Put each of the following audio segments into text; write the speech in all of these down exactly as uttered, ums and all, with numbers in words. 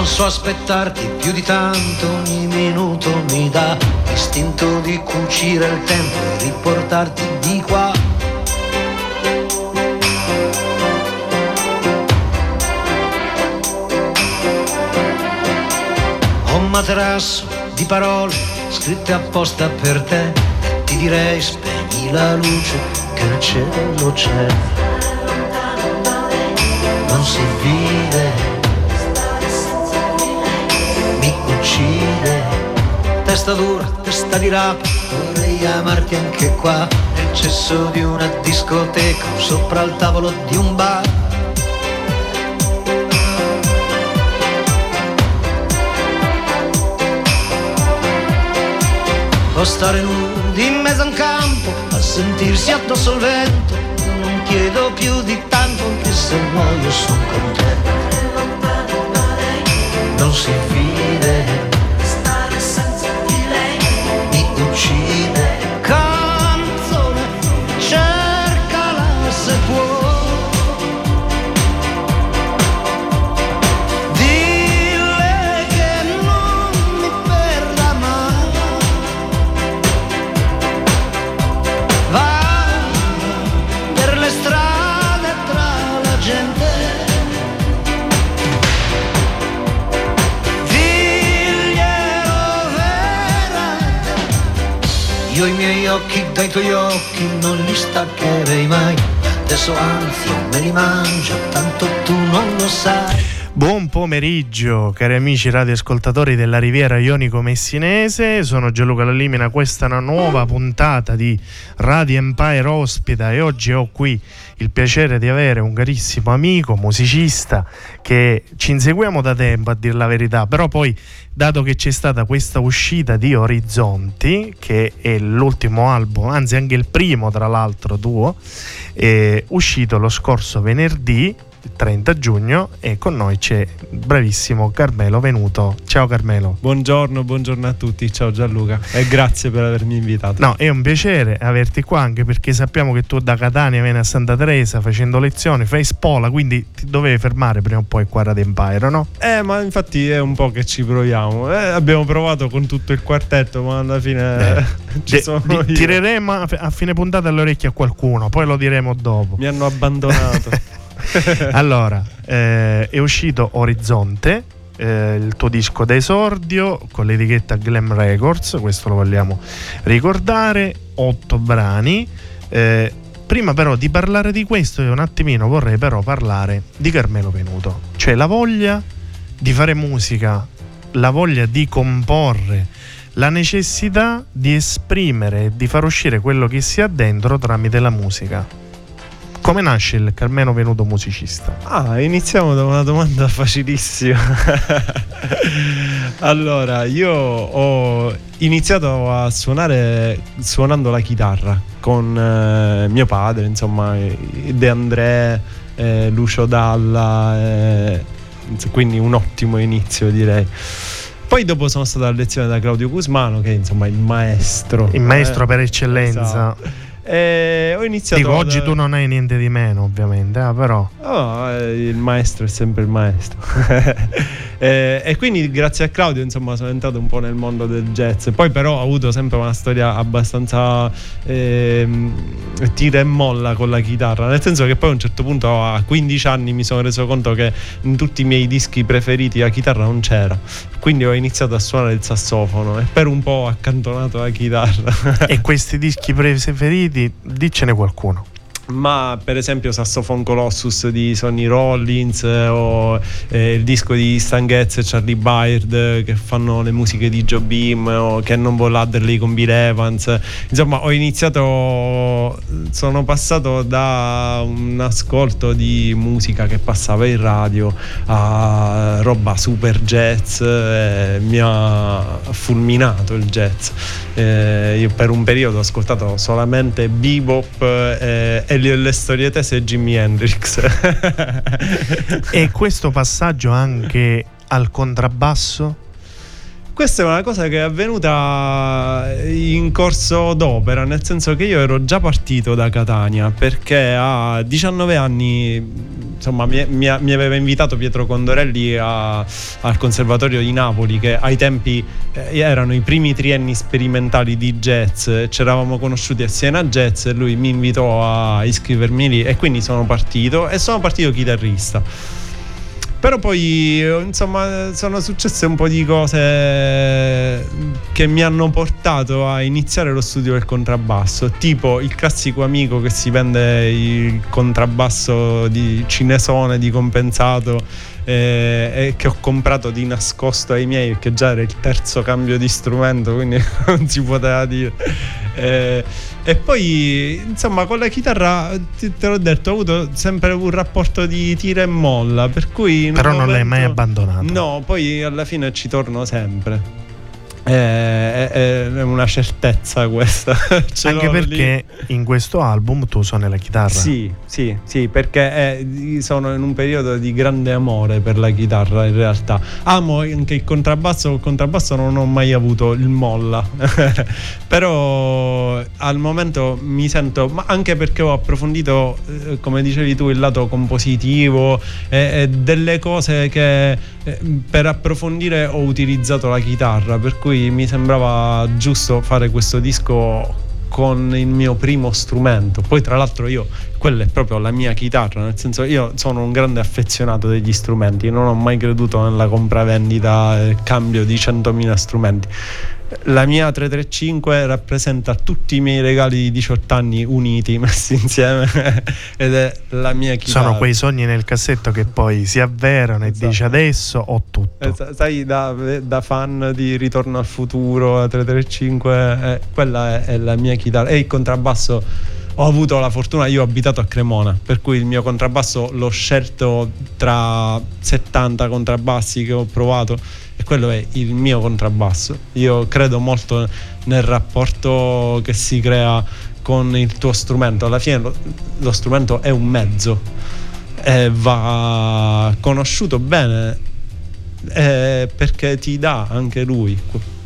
Non so aspettarti più di tanto, ogni minuto mi dà l'istinto di cucire il tempo e riportarti di qua. Ho un materasso di parole scritte apposta per te e ti direi spegni la luce che nel cielo c'è. Non si vive, mi uccide, testa dura, testa di rapa, vorrei amarti anche qua, nel cesso di una discoteca, sopra il tavolo di un bar. O stare nudi in mezzo a un campo, a sentirsi addosso al vento, non chiedo più di tanto, anche se muoio son con te. Non si vive, stare senza di lei mi uccide. Canzone, cercala se può, dille che non mi perda mai. Va per le strade tra la gente, io i miei occhi dai tuoi occhi non li staccherei mai, adesso anzi me li mangio, tanto tu non lo sai. Buon pomeriggio cari amici radioascoltatori della Riviera Ionico Messinese, sono Gianluca Lallimina, questa è una nuova puntata di Radio Empire Ospita e oggi ho qui il piacere di avere un carissimo amico, musicista, che ci inseguiamo da tempo a dire la verità, però poi dato che c'è stata questa uscita di Orizzonti, che è l'ultimo album, anzi anche il primo tra l'altro tuo, è uscito lo scorso venerdì trenta giugno e con noi c'è bravissimo Carmelo Venuto. Ciao Carmelo. Buongiorno, buongiorno a tutti, ciao Gianluca e grazie per avermi invitato. No, è un piacere averti qua anche perché sappiamo che tu da Catania vieni a Santa Teresa facendo lezioni, fai spola, quindi ti dovevi fermare prima o poi qua a Radio Empire, no? Eh, ma infatti è un po' che ci proviamo, eh, abbiamo provato con tutto il quartetto ma alla fine eh, ci de- sono di- io. Tireremo a, a fine puntata alle orecchie a qualcuno, poi lo diremo dopo. Mi hanno abbandonato. Allora, eh, è uscito Orizzonte, eh, il tuo disco d'esordio con l'etichetta Glam Records, questo lo vogliamo ricordare, otto brani. Eh, prima però di parlare di questo io un attimino vorrei però parlare di Carmelo Venuto, cioè la voglia di fare musica, la voglia di comporre, la necessità di esprimere e di far uscire quello che si ha dentro tramite la musica. Come nasce il Carmelo Venuto musicista? Ah, iniziamo da una domanda facilissima. Allora, io ho iniziato a suonare suonando la chitarra con eh, mio padre, insomma, De André, eh, Lucio Dalla, eh, quindi un ottimo inizio, direi. Poi dopo sono stato a lezione da Claudio Cusmano, che è insomma il maestro. Il maestro eh? per eccellenza. Esatto. E ho iniziato. Dico, ad... oggi tu non hai niente di meno, ovviamente, ah, però. Oh, il maestro è sempre il maestro. e, e quindi grazie a Claudio, insomma, sono entrato un po' nel mondo del jazz. Poi però ho avuto sempre una storia abbastanza eh, tira e molla con la chitarra, nel senso che poi a un certo punto a quindici anni mi sono reso conto che in tutti i miei dischi preferiti la chitarra non c'era, quindi ho iniziato a suonare il sassofono e per un po' ho accantonato la chitarra. E questi dischi preferiti, diccene qualcuno. Ma per esempio Saxophone Colossus di Sonny Rollins eh, o eh, il disco di Stan Getz e Charlie Byrd eh, che fanno le musiche di Joe Beam o Cannonball Adderley con Bill Evans. Insomma, ho iniziato, sono passato da un ascolto di musica che passava in radio a roba super jazz, eh, mi ha fulminato il jazz. Eh, io per un periodo ho ascoltato solamente bebop eh, e le storie tese e Jimi Hendrix. E questo passaggio anche al contrabbasso? questa è una cosa che è avvenuta in corso d'opera, nel senso che io ero già partito da Catania perché a diciannove anni, insomma, mi, mi, mi aveva invitato Pietro Condorelli a, al Conservatorio di Napoli, che ai tempi eh, erano i primi trienni sperimentali di jazz. Ci eravamo conosciuti a Siena Jazz e lui mi invitò a iscrivermi lì, e quindi sono partito e sono partito chitarrista. Però poi, insomma, sono successe un po' di cose che mi hanno portato a iniziare lo studio del contrabbasso, tipo il classico amico che si vende il contrabbasso di cinesone, di compensato, eh, e che ho comprato di nascosto ai miei, perché già era il terzo cambio di strumento, quindi non si poteva dire. Eh, e poi, insomma, con la chitarra, te, te l'ho detto, ho avuto sempre un rapporto di tira e molla, per cui però non momento, l'hai mai abbandonato. No, poi alla fine ci torno sempre. È, è, è una certezza questa. Anche perché lì. In questo album tu suoni la chitarra. Sì, sì, sì, perché è, sono in un periodo di grande amore per la chitarra. In realtà amo anche il contrabbasso. Il contrabbasso non ho mai avuto il molla. Però al momento mi sento, ma anche perché ho approfondito, eh, come dicevi tu, il lato compositivo e, e delle cose che eh, per approfondire ho utilizzato la chitarra, per cui mi sembrava giusto fare questo disco con il mio primo strumento. Poi tra l'altro io, quella è proprio la mia chitarra, nel senso, io sono un grande affezionato degli strumenti, non ho mai creduto nella compravendita e cambio di centomila strumenti. La mia tre tre cinque rappresenta tutti i miei regali di diciotto anni uniti, messi insieme, ed è la mia chitarra. Sono quei sogni nel cassetto che poi si avverano, esatto. E dici adesso ho tutto. Esatto. Sai, da, da fan di Ritorno al Futuro, la tre tre cinque, eh, quella è, è la mia chitarra. E il contrabbasso, ho avuto la fortuna, io ho abitato a Cremona, per cui il mio contrabbasso l'ho scelto tra settanta contrabbassi che ho provato, e quello è il mio contrabbasso. Io credo molto nel rapporto che si crea con il tuo strumento. Alla fine lo, lo strumento è un mezzo e va conosciuto bene, eh, perché ti dà anche lui,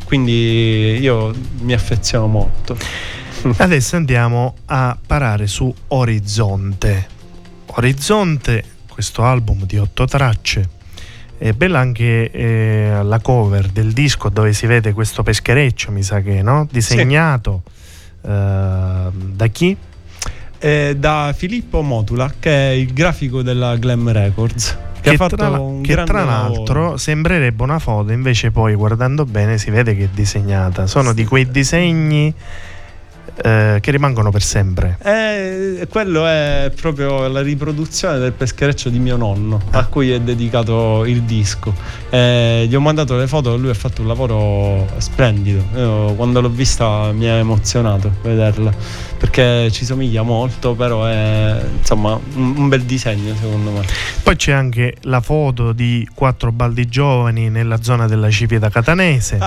quindi io mi affeziono molto. Adesso andiamo a parare su Orizzonte. Orizzonte, questo album di otto tracce. È bella anche eh, la cover del disco, dove si vede questo peschereccio, mi sa che, no? Disegnato, sì. eh, da chi? Eh, da Filippo Motula, che è il grafico della Glam Records, che, che ha fatto tra, un che tra l'altro lavoro. Sembrerebbe una foto, invece poi guardando bene si vede che è disegnata. Sono sì. Di quei disegni Eh, che rimangono per sempre. Eh, quello è proprio la riproduzione del peschereccio di mio nonno, ah. a cui è dedicato il disco. Eh, gli ho mandato le foto e lui ha fatto un lavoro splendido. Io, quando l'ho vista, mi ha emozionato vederla, perché ci somiglia molto, però è, insomma, un, un bel disegno secondo me. Poi c'è anche la foto di quattro baldi giovani nella zona della Cipita Catanese.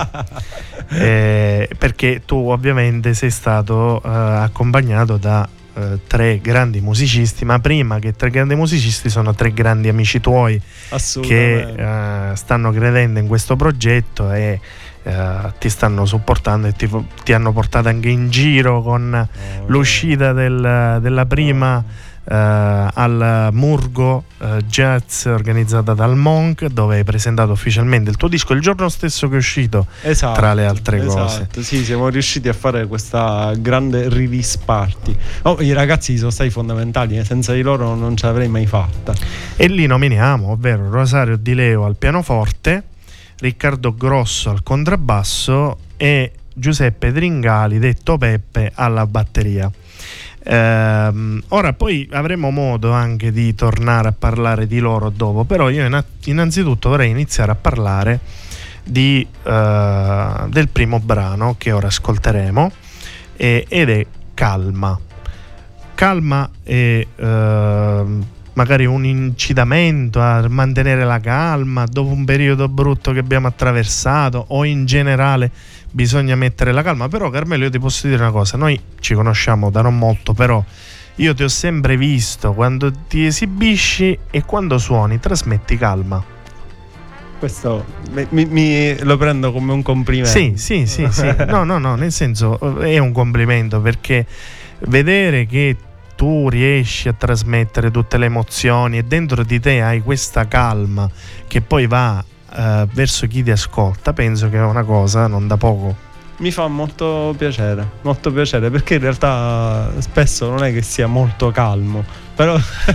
eh, perché tu ovviamente sei stato Uh, accompagnato da uh, tre grandi musicisti, ma prima che tre grandi musicisti sono tre grandi amici tuoi che uh, stanno credendo in questo progetto e uh, ti stanno supportando e ti, ti hanno portato anche in giro con oh, l'uscita del, della prima oh. Uh, al Murgo uh, Jazz, organizzata dal Monk, dove hai presentato ufficialmente il tuo disco il giorno stesso che è uscito, esatto, tra le altre esatto, cose. Sì, siamo riusciti a fare questa grande release party. Oh, i ragazzi sono stati fondamentali, eh? Senza di loro non ce l'avrei mai fatta. E lì nominiamo, ovvero Rosario Di Leo al pianoforte, Riccardo Grosso al contrabbasso e Giuseppe Tringali, detto Peppe, alla batteria. Uh, ora poi avremo modo anche di tornare a parlare di loro dopo, però io innanzitutto vorrei iniziare a parlare di, uh, del primo brano che ora ascolteremo, eh, ed è Calma. Calma è uh, magari un incitamento a mantenere la calma dopo un periodo brutto che abbiamo attraversato, o in generale bisogna mettere la calma. Però Carmelo, io ti posso dire una cosa: noi ci conosciamo da non molto, però io ti ho sempre visto quando ti esibisci e quando suoni trasmetti calma. questo mi, mi, lo prendo come un complimento. Sì, sì, sì, sì. No, no, no, nel senso è un complimento, perché vedere che tu riesci a trasmettere tutte le emozioni e dentro di te hai questa calma che poi va uh, verso chi ti ascolta, penso che è una cosa non da poco. Mi fa molto piacere, molto piacere, perché in realtà spesso non è che sia molto calmo, però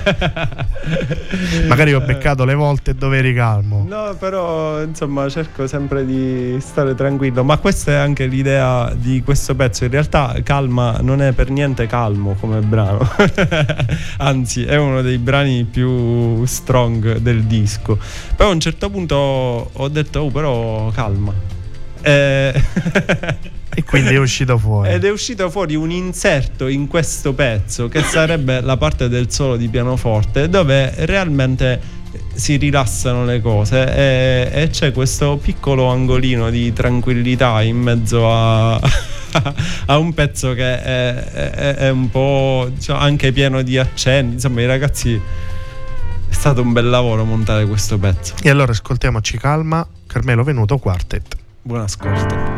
magari ho beccato le volte dove eri calmo. No, però insomma cerco sempre di stare tranquillo, ma questa è anche l'idea di questo pezzo. In realtà Calma non è per niente calmo come brano, anzi è uno dei brani più strong del disco. Poi a un certo punto ho detto oh, però calma. Eh, e quindi è uscito fuori ed è uscito fuori un inserto in questo pezzo che sarebbe la parte del solo di pianoforte, dove realmente si rilassano le cose e, e c'è questo piccolo angolino di tranquillità in mezzo a, a un pezzo che è, è, è un po', diciamo, anche pieno di accenni. Insomma, i ragazzi, è stato un bel lavoro montare questo pezzo. E allora ascoltiamoci Calma, Carmelo Venuto Quartet. Buon ascolto.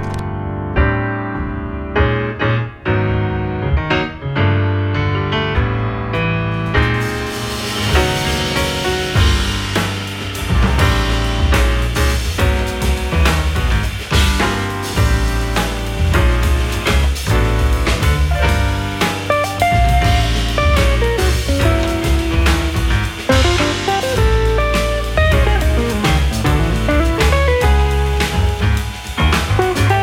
Thank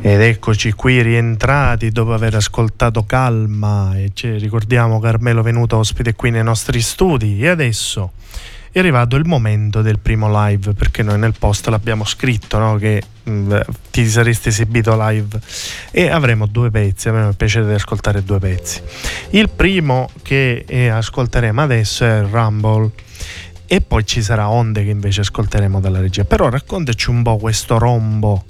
Ed eccoci qui rientrati dopo aver ascoltato Calma e ci ricordiamo Carmelo venuto ospite qui nei nostri studi. E adesso è arrivato il momento del primo live, perché noi nel post l'abbiamo scritto, no? Che mh, ti saresti esibito live, e avremo due pezzi, avremo il piacere di ascoltare due pezzi. Il primo che eh, ascolteremo adesso è Rumble, e poi ci sarà Onde che invece ascolteremo dalla regia. Però raccontaci un po' questo rombo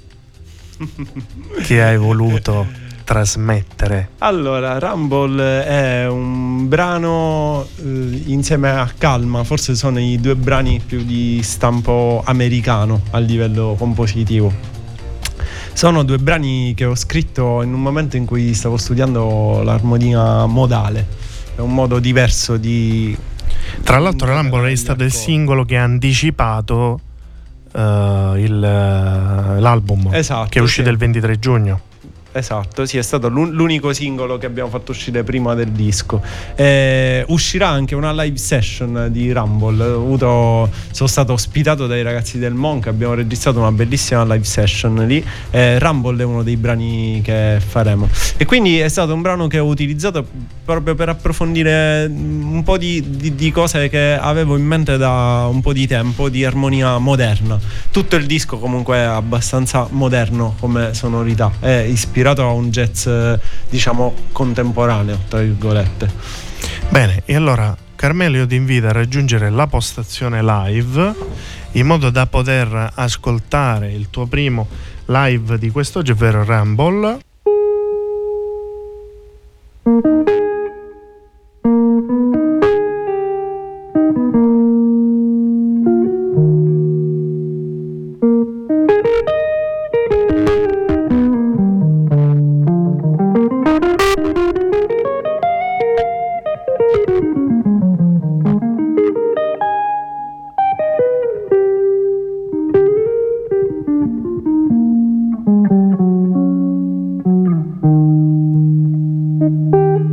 che hai voluto trasmettere. Allora, Rumble è un brano eh, insieme a Calma, forse sono i due brani più di stampo americano a livello compositivo. Sono due brani che ho scritto in un momento in cui stavo studiando l'armonia modale. È un modo diverso di... Tra l'altro Rumble è stato il singolo che ha anticipato Uh, il, uh, l'album, esatto, che è uscito sì. il ventitré giugno. Esatto, sì, è stato l'unico singolo che abbiamo fatto uscire prima del disco. Eh, uscirà anche una live session di Rumble. Ho avuto, sono stato ospitato dai ragazzi del Monk, abbiamo registrato una bellissima live session lì. Eh, Rumble è uno dei brani che faremo. E quindi è stato un brano che ho utilizzato proprio per approfondire un po' di, di, di cose che avevo in mente da un po' di tempo, di armonia moderna. Tutto il disco comunque è abbastanza moderno come sonorità, è ispirato a un jazz, diciamo, contemporaneo, tra virgolette. Bene, e allora Carmelo, io ti invito a raggiungere la postazione live in modo da poter ascoltare il tuo primo live di quest'oggi, ovvero Rumble. Thank you.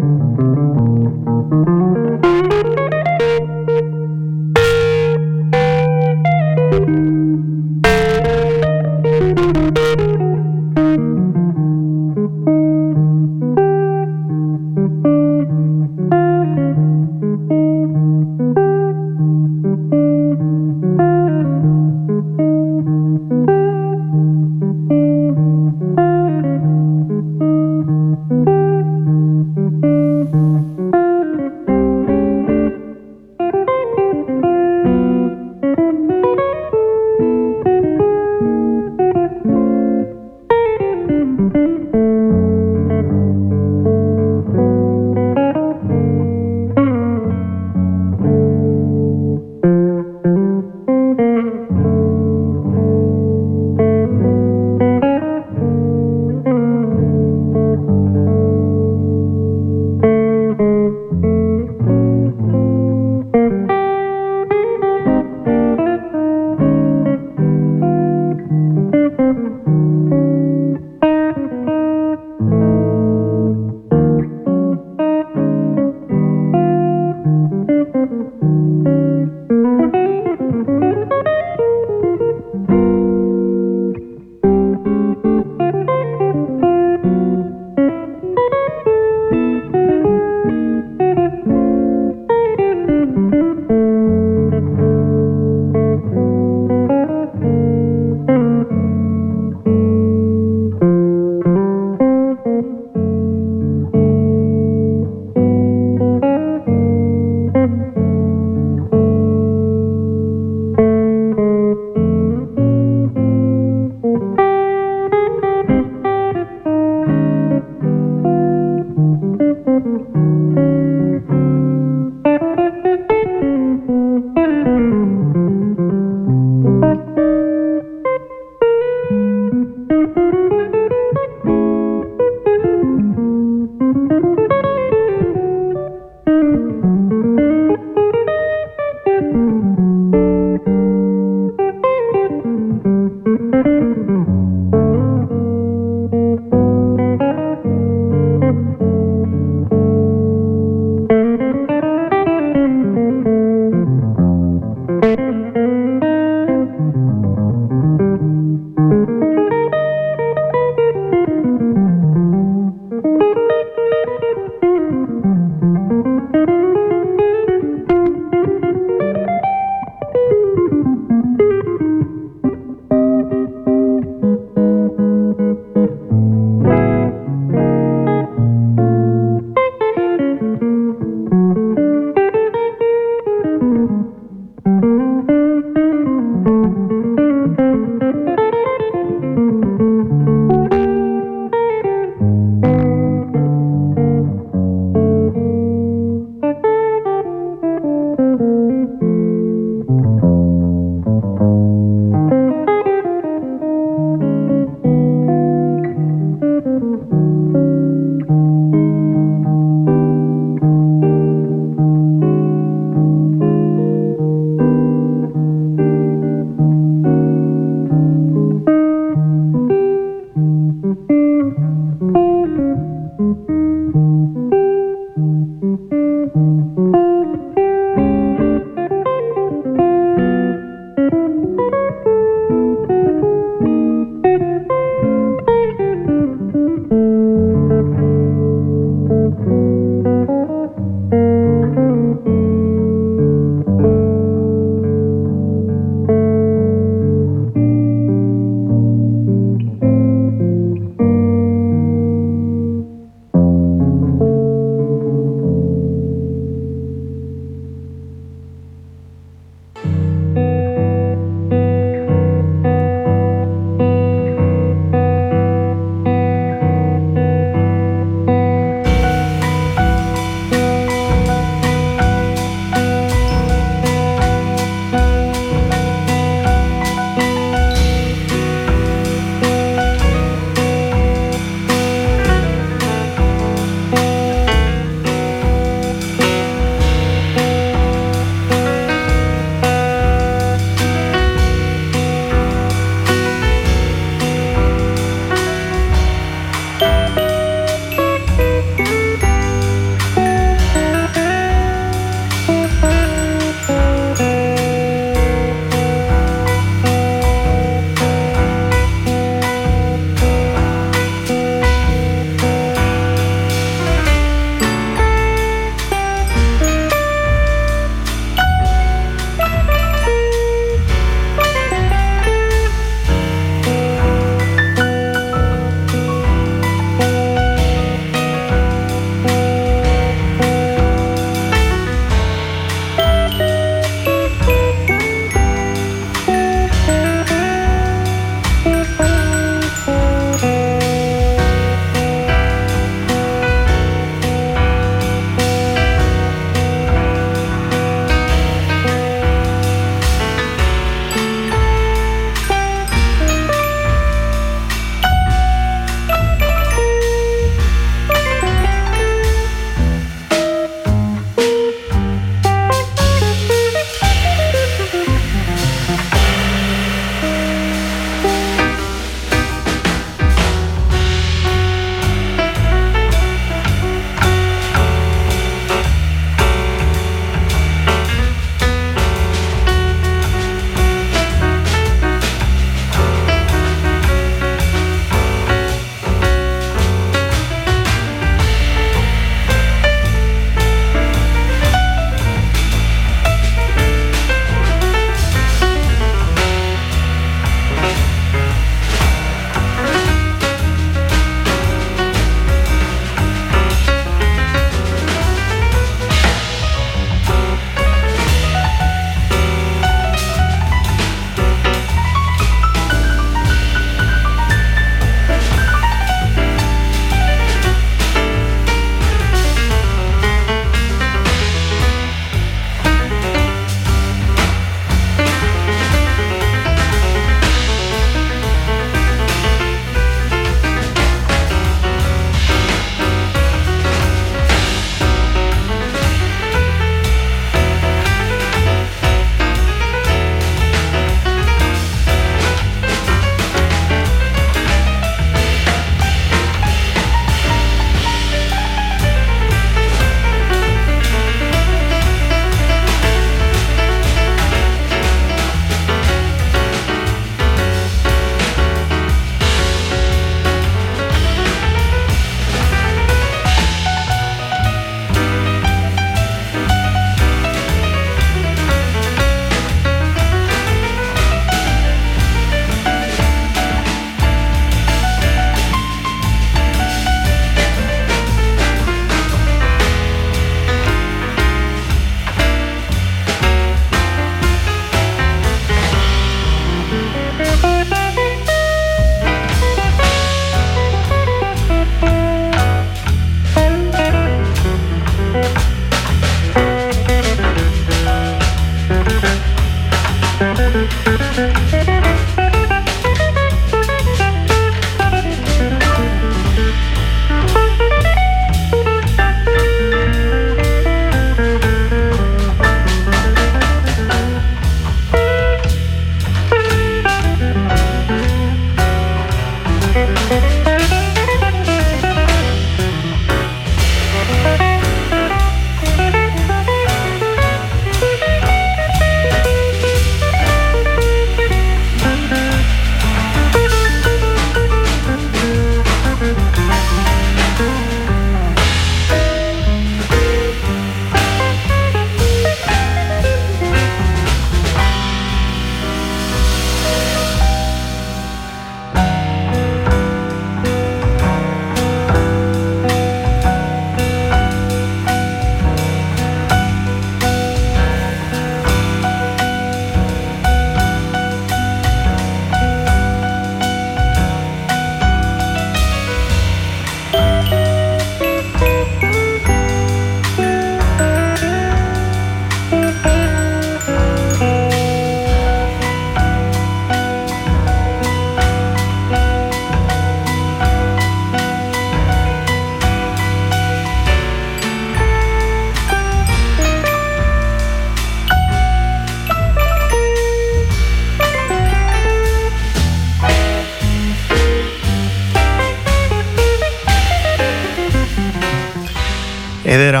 Ed era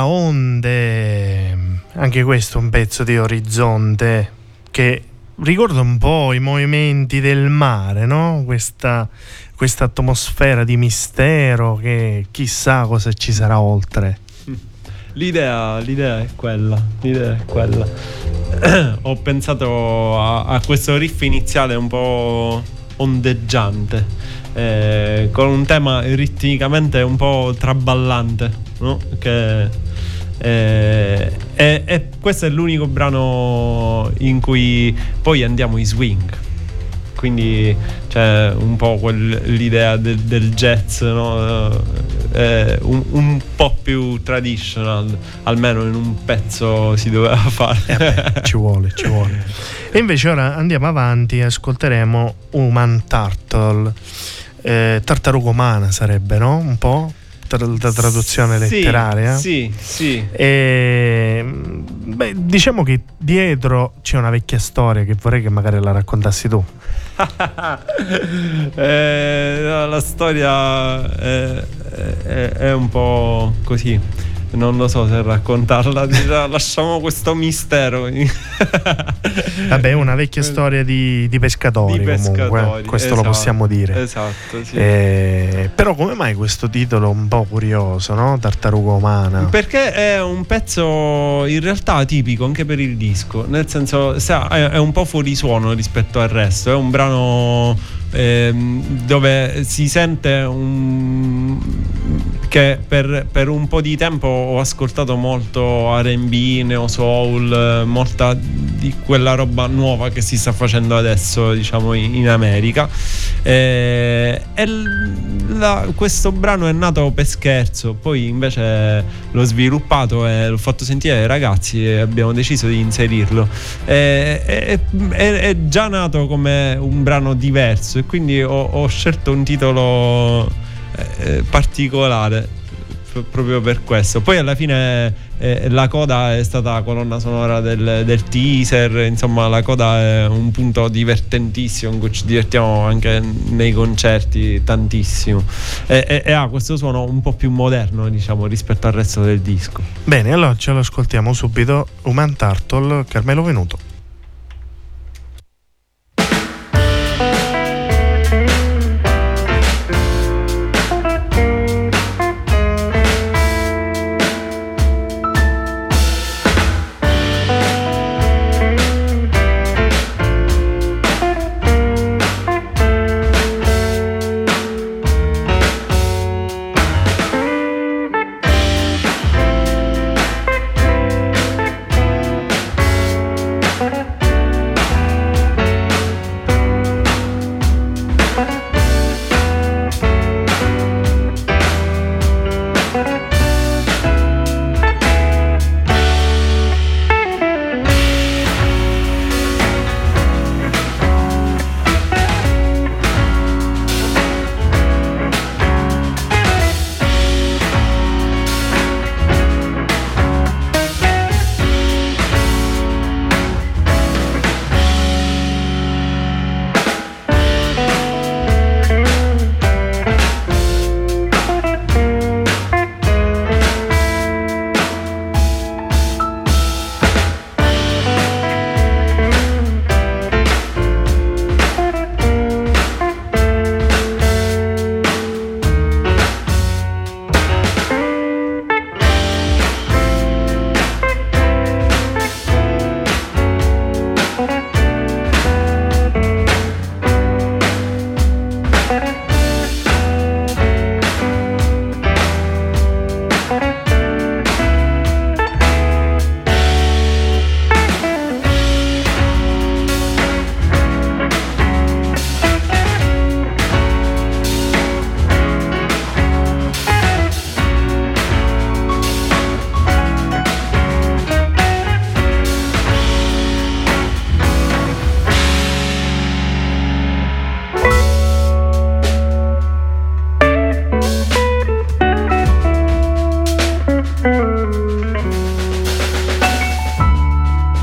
Onde, anche questo un pezzo di Orizzonte che ricorda un po' i movimenti del mare, no? Questa, questa atmosfera di mistero che chissà cosa ci sarà oltre. L'idea, l'idea è quella, l'idea è quella. Ho pensato a, a questo riff iniziale un po' ondeggiante, eh, con un tema ritmicamente un po' traballante, no? Che eh, e, e questo è l'unico brano in cui poi andiamo in swing, quindi c'è un po' quel, l'idea del, del jazz, no? eh, un, un po' più traditional, almeno in un pezzo si doveva fare. Eh beh, ci vuole, ci vuole. E invece ora andiamo avanti e ascolteremo Human Turtle, eh, tartaruga umana sarebbe, no? Un po' la traduzione letteraria. Sì, sì. E, beh, diciamo che dietro c'è una vecchia storia che vorrei che magari la raccontassi tu. eh, no, la storia è, è, è un po' così, non lo so se raccontarla, lasciamo questo mistero. Vabbè, è una vecchia storia di, di pescatori, di pescatori comunque, questo esatto, lo possiamo dire. Esatto, sì. Eh, però come mai questo titolo un po' curioso, no? Tartaruga umana. Perché è un pezzo in realtà atipico anche per il disco, nel senso sa, è, è un po' fuori suono rispetto al resto, è un brano ehm, dove si sente un che per, per un po' di tempo ho ascoltato molto R and B, neo soul, molta di quella roba nuova che si sta facendo adesso, diciamo, in, in America. E, e la, questo brano è nato per scherzo, poi invece l'ho sviluppato e l'ho fatto sentire ai ragazzi e abbiamo deciso di inserirlo. E, è, è, è già nato come un brano diverso e quindi ho, ho scelto un titolo Eh, particolare p- proprio per questo. Poi alla fine eh, la coda è stata colonna sonora del, del teaser, insomma la coda è un punto divertentissimo in cui ci divertiamo anche nei concerti tantissimo e, e, e ha questo suono un po' più moderno, diciamo, rispetto al resto del disco. Bene, allora ce lo ascoltiamo subito. Human Turtle, Carmelo Venuto.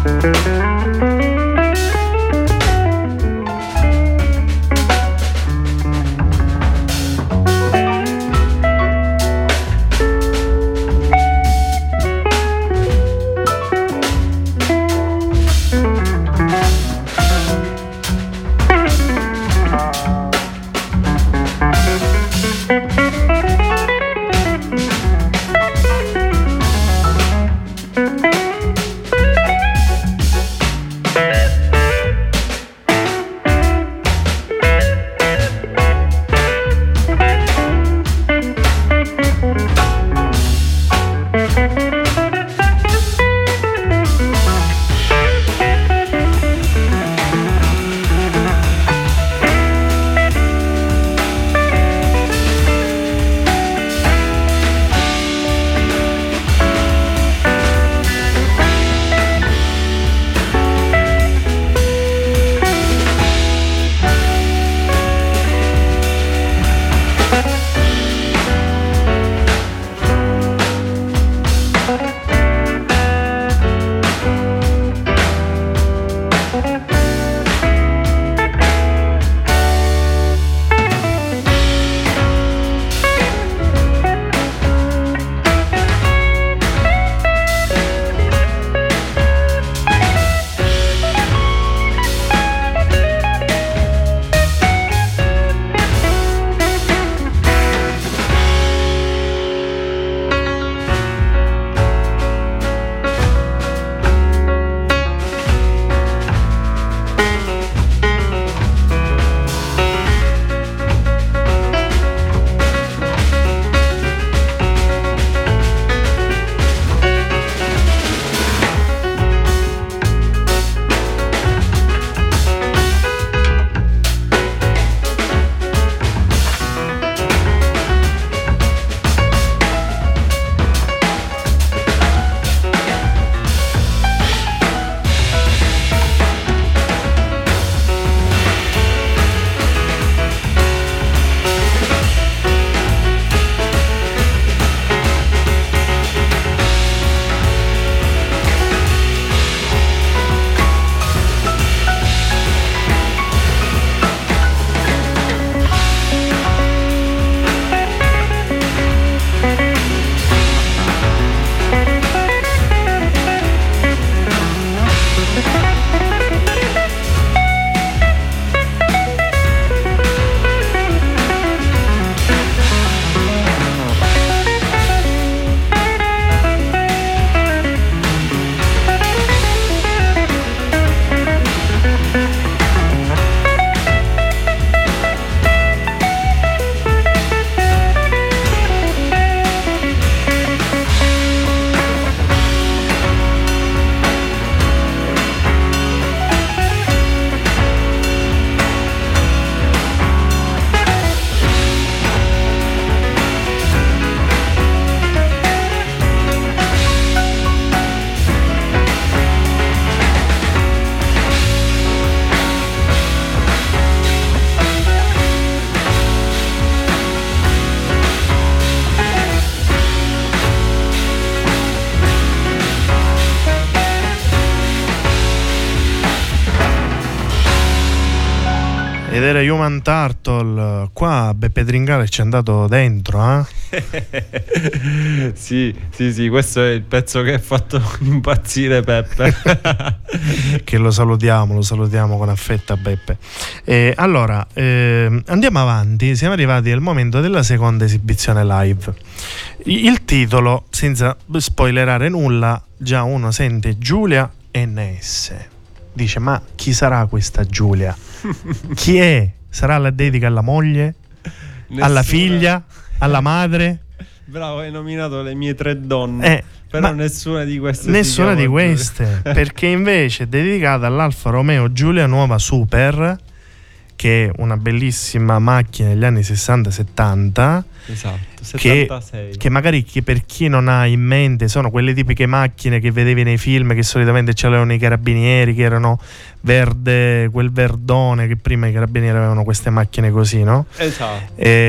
Ed era Human Turtle. Qua Beppe Tringale ci è andato dentro, eh? sì, sì, sì, questo è il pezzo che ha fatto impazzire Beppe. Che lo salutiamo, lo salutiamo con affetto a Beppe. Eh, allora, eh, andiamo avanti, siamo arrivati al momento della seconda esibizione live. Il titolo, senza spoilerare nulla, già uno sente Giulia N S. Dice, ma chi sarà questa Giulia? Chi è? Sarà la dedica alla moglie? Nessuna... alla figlia? Alla madre? Bravo, hai nominato le mie tre donne, eh, però nessuna di queste. Nessuna di queste, perché invece è dedicata all'Alfa Romeo Giulia Nuova Super, che è una bellissima macchina degli anni sessanta settanta. Esatto, settantasei. Che, che magari che per chi non ha in mente sono quelle tipiche macchine che vedevi nei film, che solitamente c'erano i carabinieri, che erano verde, quel verdone, che prima i carabinieri avevano queste macchine così, no? Esatto.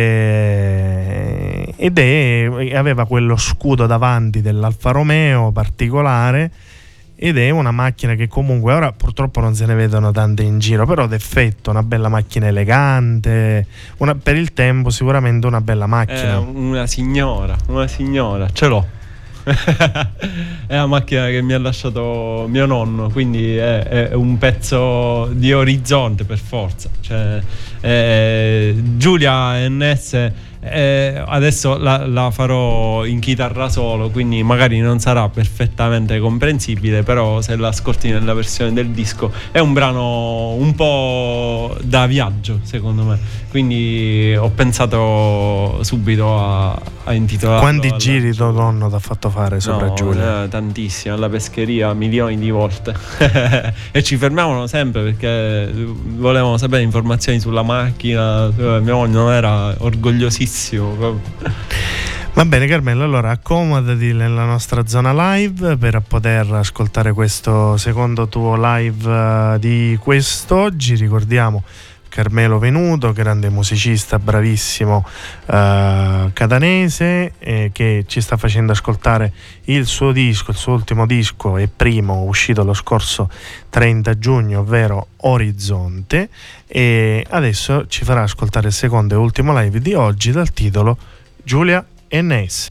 E, ed è, aveva quello scudo davanti dell'Alfa Romeo particolare, ed è una macchina che comunque ora purtroppo non se ne vedono tante in giro, però d'effetto una bella macchina elegante, una, per il tempo sicuramente una bella macchina. È una signora, una signora, ce l'ho. È la macchina che mi ha lasciato mio nonno, quindi è, è un pezzo di orizzonte per forza. Cioè, eh, Giulia N S eh, adesso la, la farò in chitarra solo, quindi magari non sarà perfettamente comprensibile, però se la ascolti nella versione del disco è un brano un po' da viaggio, secondo me, quindi ho pensato subito a, a intitolarlo. Quanti alla... giri tuo nonno ti ha fatto fare sopra no, Giulia? Eh, tantissimi, alla pescheria milioni di volte. E ci fermavano sempre perché volevano sapere informazioni sulla macchina. Mio nonno era orgogliosissimo. Va bene Carmelo, allora accomodati nella nostra zona live per poter ascoltare questo secondo tuo live uh, di quest'oggi. Ricordiamo Carmelo Venuto, grande musicista, bravissimo, uh, catanese, eh, che ci sta facendo ascoltare il suo disco, il suo ultimo disco e primo, uscito lo scorso trenta giugno, ovvero Orizzonte, e adesso ci farà ascoltare il secondo e ultimo live di oggi dal titolo Giulia N S.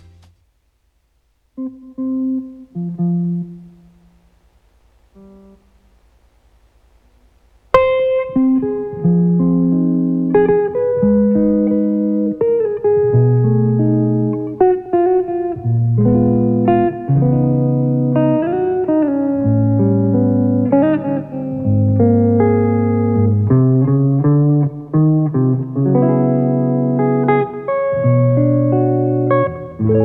Thank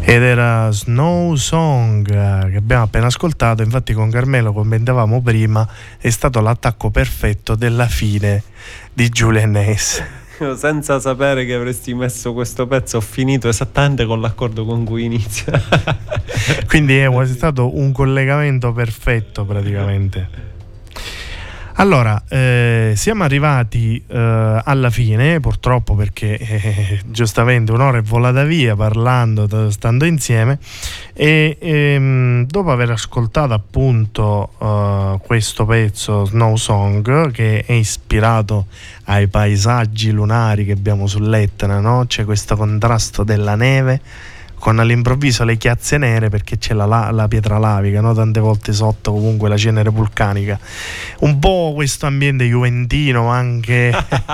Ed era Snow Song che abbiamo appena ascoltato. Infatti con Carmelo commentavamo prima, è stato l'attacco perfetto della fine di Julian Hayes. Senza sapere che avresti messo questo pezzo, ho finito esattamente con l'accordo con cui inizia. Quindi è stato un collegamento perfetto praticamente. Allora, eh, siamo arrivati eh, alla fine, purtroppo, perché eh, giustamente un'ora è volata via parlando, stando insieme, e ehm, dopo aver ascoltato appunto eh, questo pezzo Snow Song, che è ispirato ai paesaggi lunari che abbiamo sull'Etna, no? C'è questo contrasto della neve con all'improvviso le chiazze nere, perché c'è la, la, la pietra lavica, no? Tante volte sotto comunque la cenere vulcanica, un po' questo ambiente juventino anche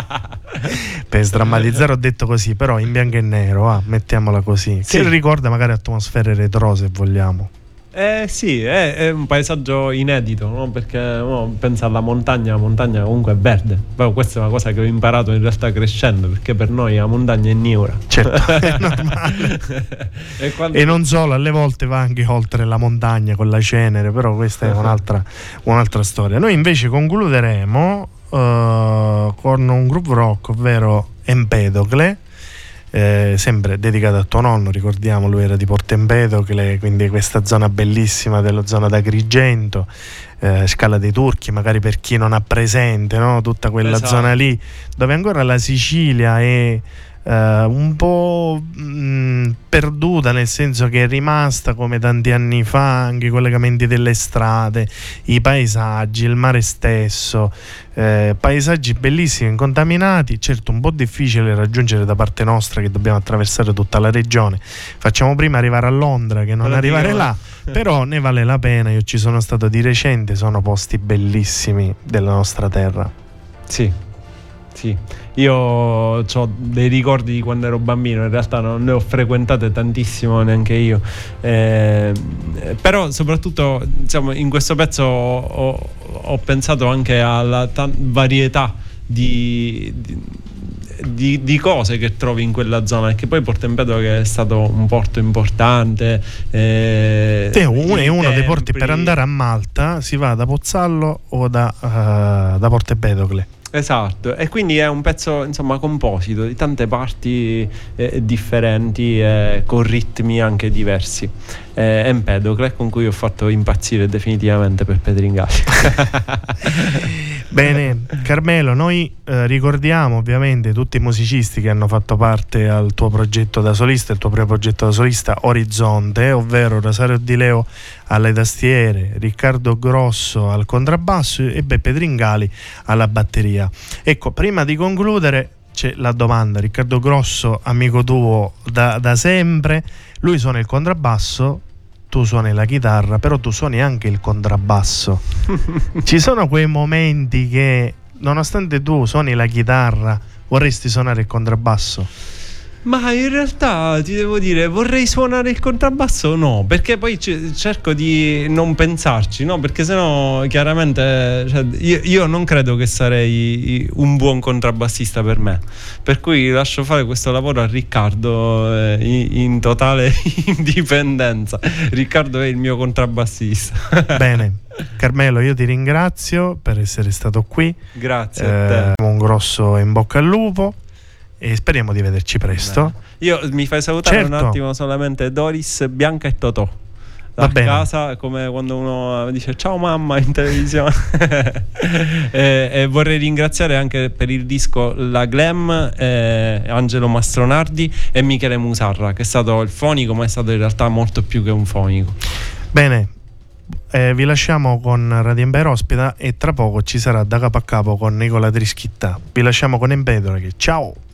per sdrammatizzare ho detto così, però in bianco e nero, ah, mettiamola così, sì. Che ricorda magari atmosfere retro, se vogliamo. Eh sì, è, è un paesaggio inedito, no? Perché no, pensa alla montagna, la montagna comunque è verde. Però questa è una cosa che ho imparato in realtà crescendo, perché per noi la montagna è niura. Certo, è normale. e, quando... e non solo, alle volte va anche oltre la montagna con la cenere, però questa è un'altra, un'altra storia. Noi invece concluderemo uh, con un groove rock, ovvero Empedocle. Eh, sempre dedicato a tuo nonno, ricordiamo, lui era di Porto Empedocle, quindi questa zona bellissima della zona d'Agrigento, eh, Scala dei Turchi, magari per chi non ha presente, no? Tutta quella esatto. zona lì dove ancora la Sicilia è Uh, un po' mh, perduta, nel senso che è rimasta come tanti anni fa anche i collegamenti delle strade, i paesaggi, il mare stesso, eh, paesaggi bellissimi, incontaminati. Certo, un po' difficile raggiungere da parte nostra, che dobbiamo attraversare tutta la regione, facciamo prima arrivare a Londra che non Però arrivare là, però ne vale la pena. Io ci sono stato di recente, sono posti bellissimi della nostra terra. Sì, sì, io ho dei ricordi di quando ero bambino, in realtà non ne ho frequentate tantissimo neanche io, eh, però soprattutto diciamo, in questo pezzo ho, ho pensato anche alla t- varietà di, di, di, di cose che trovi in quella zona, perché poi Porto Empedocle è stato un porto importante, eh, è uno, è uno dei porti. Per andare a Malta si va da Pozzallo o da, uh, da Porto Empedocle. Esatto, e quindi è un pezzo insomma composito di tante parti eh, differenti, eh, con ritmi anche diversi. eh, Empedocle, con cui ho fatto impazzire definitivamente per Pedringali. Bene, Carmelo, noi eh, ricordiamo ovviamente tutti i musicisti che hanno fatto parte al tuo progetto da solista, il tuo primo progetto da solista Orizzonte, ovvero Rosario Di Leo alle tastiere, Riccardo Grosso al contrabbasso e Beppe Tringali alla batteria. Ecco, prima di concludere c'è la domanda. Riccardo Grosso, amico tuo da, da sempre, lui suona il contrabbasso, tu suoni la chitarra, però tu suoni anche il contrabbasso. Ci sono quei momenti che, nonostante tu suoni la chitarra, vorresti suonare il contrabbasso? Ma in realtà ti devo dire, vorrei suonare il contrabbasso, no, perché poi c- cerco di non pensarci, no, perché sennò chiaramente, cioè, io, io non credo che sarei un buon contrabbassista per me, per cui lascio fare questo lavoro a Riccardo eh, in, in totale indipendenza. Riccardo è il mio contrabbassista. Bene, Carmelo, io ti ringrazio per essere stato qui. Grazie eh, a te. Un grosso in bocca al lupo e speriamo di vederci presto. Beh. Io mi fai salutare certo. un attimo solamente Doris, Bianca e Totò da casa, come quando uno dice ciao mamma in televisione. e, e vorrei ringraziare anche per il disco La Glam eh, Angelo Mastronardi e Michele Musarra, che è stato il fonico, ma è stato in realtà molto più che un fonico. Bene, eh, vi lasciamo con Radio Empire Ospita e tra poco ci sarà Da Capo a Capo con Nicola Trischitta. Vi lasciamo con Empedocle. Ciao.